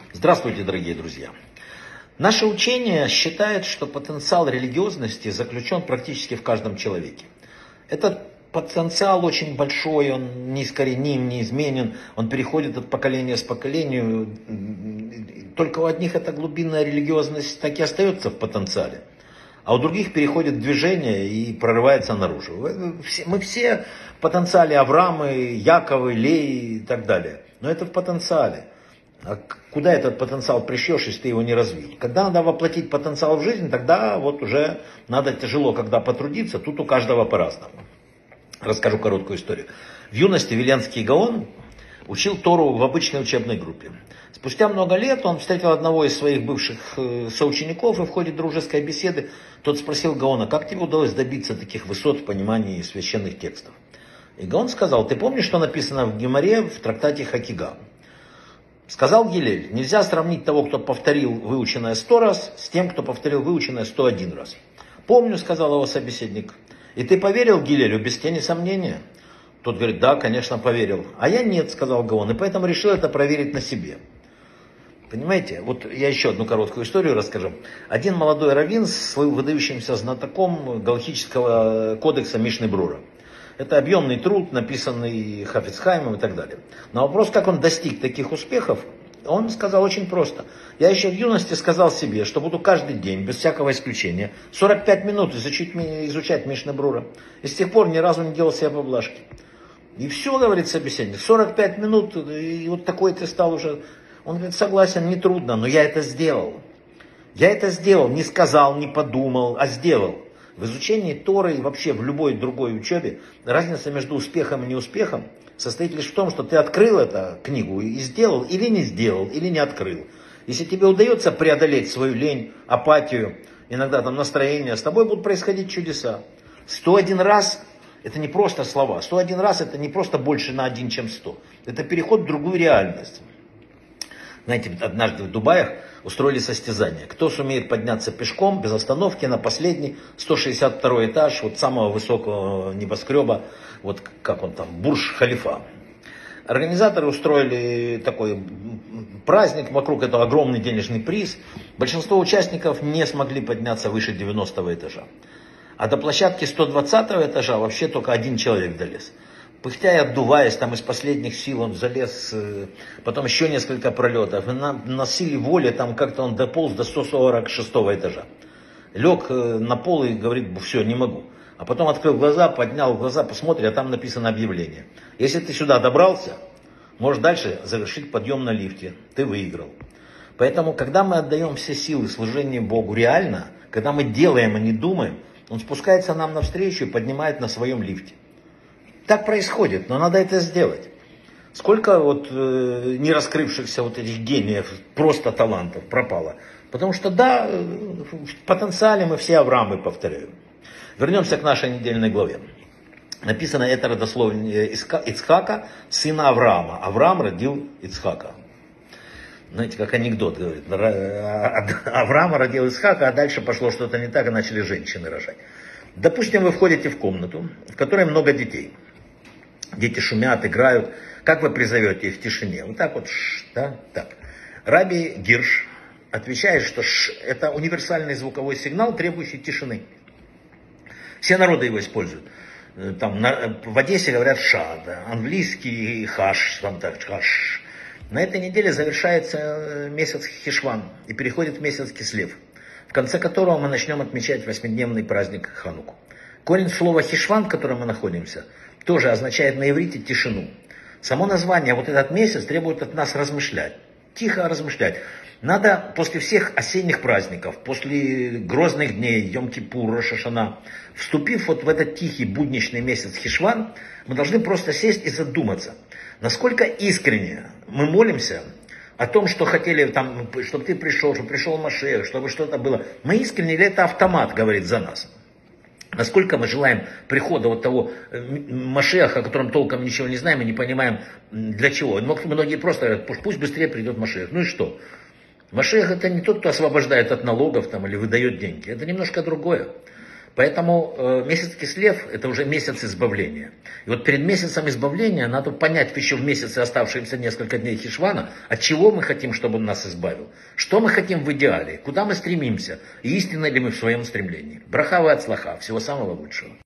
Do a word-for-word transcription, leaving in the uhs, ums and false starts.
Здравствуйте, дорогие друзья! Наше учение считает, что потенциал религиозности заключен практически в каждом человеке. Этот потенциал очень большой, он неискореним, неизменен, он переходит от поколения с поколению. Только у одних эта глубинная религиозность так и остается в потенциале, а у других переходит в движение и прорывается наружу. Мы все в потенциале Авраамы, Яковы, Леи и так далее, но это в потенциале. А куда этот потенциал пришьешь, если ты его не развил? Когда надо воплотить потенциал в жизнь, тогда вот уже надо тяжело, когда потрудиться, тут у каждого по-разному. Расскажу короткую историю. В юности Виленский Гаон учил Тору в обычной учебной группе. Спустя много лет он встретил одного из своих бывших соучеников, и в ходе дружеской беседы тот спросил Гаона: как тебе удалось добиться таких высот в понимании священных текстов? И Гаон сказал: ты помнишь, что написано в Гемаре в трактате Хакига? Сказал Гилель: нельзя сравнить того, кто повторил выученное сто раз, с тем, кто повторил выученное сто один раз. Помню, сказал его собеседник. И ты поверил Гилелю без тени сомнения? Тот говорит: да, конечно, поверил. А я нет, сказал Гаон, и поэтому решил это проверить на себе. Понимаете, вот я еще одну короткую историю расскажу. Один молодой раввин с выдающимся знатоком галахического кодекса Мишны Брура. Это объемный труд, написанный Хафец Хаимом и так далее. На вопрос, как он достиг таких успехов, он сказал очень просто. Я еще в юности сказал себе, что буду каждый день, без всякого исключения, сорок пять минут изучить, изучать Мишны Брура. И с тех пор ни разу не делал себе поблажки. И все, говорит собеседник, сорок пять минут, и вот такой ты стал уже. Он говорит: согласен, не трудно, но я это сделал. Я это сделал, не сказал, не подумал, а сделал. В изучении Торы и вообще в любой другой учебе разница между успехом и неуспехом состоит лишь в том, что ты открыл эту книгу и сделал, или не сделал, или не открыл. Если тебе удается преодолеть свою лень, апатию, иногда там настроение, с тобой будут происходить чудеса. Сто один раз это не просто слова, сто один раз это не просто больше на один, чем сто. Это переход в другую реальность. Знаете, однажды в Дубаях устроили состязание. Кто сумеет подняться пешком, без остановки, на последний, сто шестьдесят второй этаж, вот самого высокого небоскреба, вот как он там, Бурдж-Халифа. Организаторы устроили такой праздник, вокруг этого огромный денежный приз. Большинство участников не смогли подняться выше девяностого этажа. А до площадки сто двадцатого этажа вообще только один человек долез. Пыхтя и отдуваясь, там из последних сил он залез, потом еще несколько пролетов. И на, на силе воли там как-то он дополз до сто сорок шестого этажа. Лег на пол и говорит: все, не могу. А потом открыл глаза, поднял глаза, посмотрит, а там написано объявление. Если ты сюда добрался, можешь дальше завершить подъем на лифте. Ты выиграл. Поэтому, когда мы отдаем все силы служению Богу реально, когда мы делаем, а не думаем, Он спускается нам навстречу и поднимает на своем лифте. Так происходит, но надо это сделать. Сколько вот э, не раскрывшихся вот этих гениев, просто талантов пропало. Потому что да, в потенциале мы все Авраамы, повторяю. Вернемся к нашей недельной главе. Написано это родословие Ицхака, сына Авраама. Авраам родил Ицхака. Знаете, как анекдот говорит. Авраам родил Ицхака, а дальше пошло что-то не так, и начали женщины рожать. Допустим, вы входите в комнату, в которой много детей. Дети шумят, играют. Как вы призовете их в тишине? Вот так вот, ш, да, так. Раби Гирш отвечает, что ш – это универсальный звуковой сигнал, требующий тишины. Все народы его используют. Там на, в Одессе говорят ша, да, английский хаш, там так, хаш. На этой неделе завершается месяц Хишван и переходит месяц Кислев, в конце которого мы начнем отмечать восьмидневный праздник Хануку. Корень слова Хишван, в котором мы находимся, тоже означает на иврите тишину. Само название, вот этот месяц, требует от нас размышлять, тихо размышлять. Надо после всех осенних праздников, после грозных дней, Йом-Кипур, Рош ха-Шана, вступив вот в этот тихий будничный месяц Хишван, мы должны просто сесть и задуматься, насколько искренне мы молимся о том, что хотели, там, чтобы ты пришел, чтобы пришел Машиах, чтобы что-то было. Мы искренне, или это автомат говорит за нас? Насколько мы желаем прихода вот того Машиаха, о котором толком ничего не знаем и не понимаем для чего. Многие просто говорят: пусть быстрее придет Машиах. Ну и что? Машиах — это не тот, кто освобождает от налогов там, или выдает деньги. Это немножко другое. Поэтому э, месяц Кислев – это уже месяц избавления. И вот перед месяцем избавления надо понять еще в месяце оставшиеся несколько дней Хишвана, от чего мы хотим, чтобы он нас избавил. Что мы хотим в идеале, куда мы стремимся, и истинны ли мы в своем стремлении. Браха ва ацлаха, всего самого лучшего.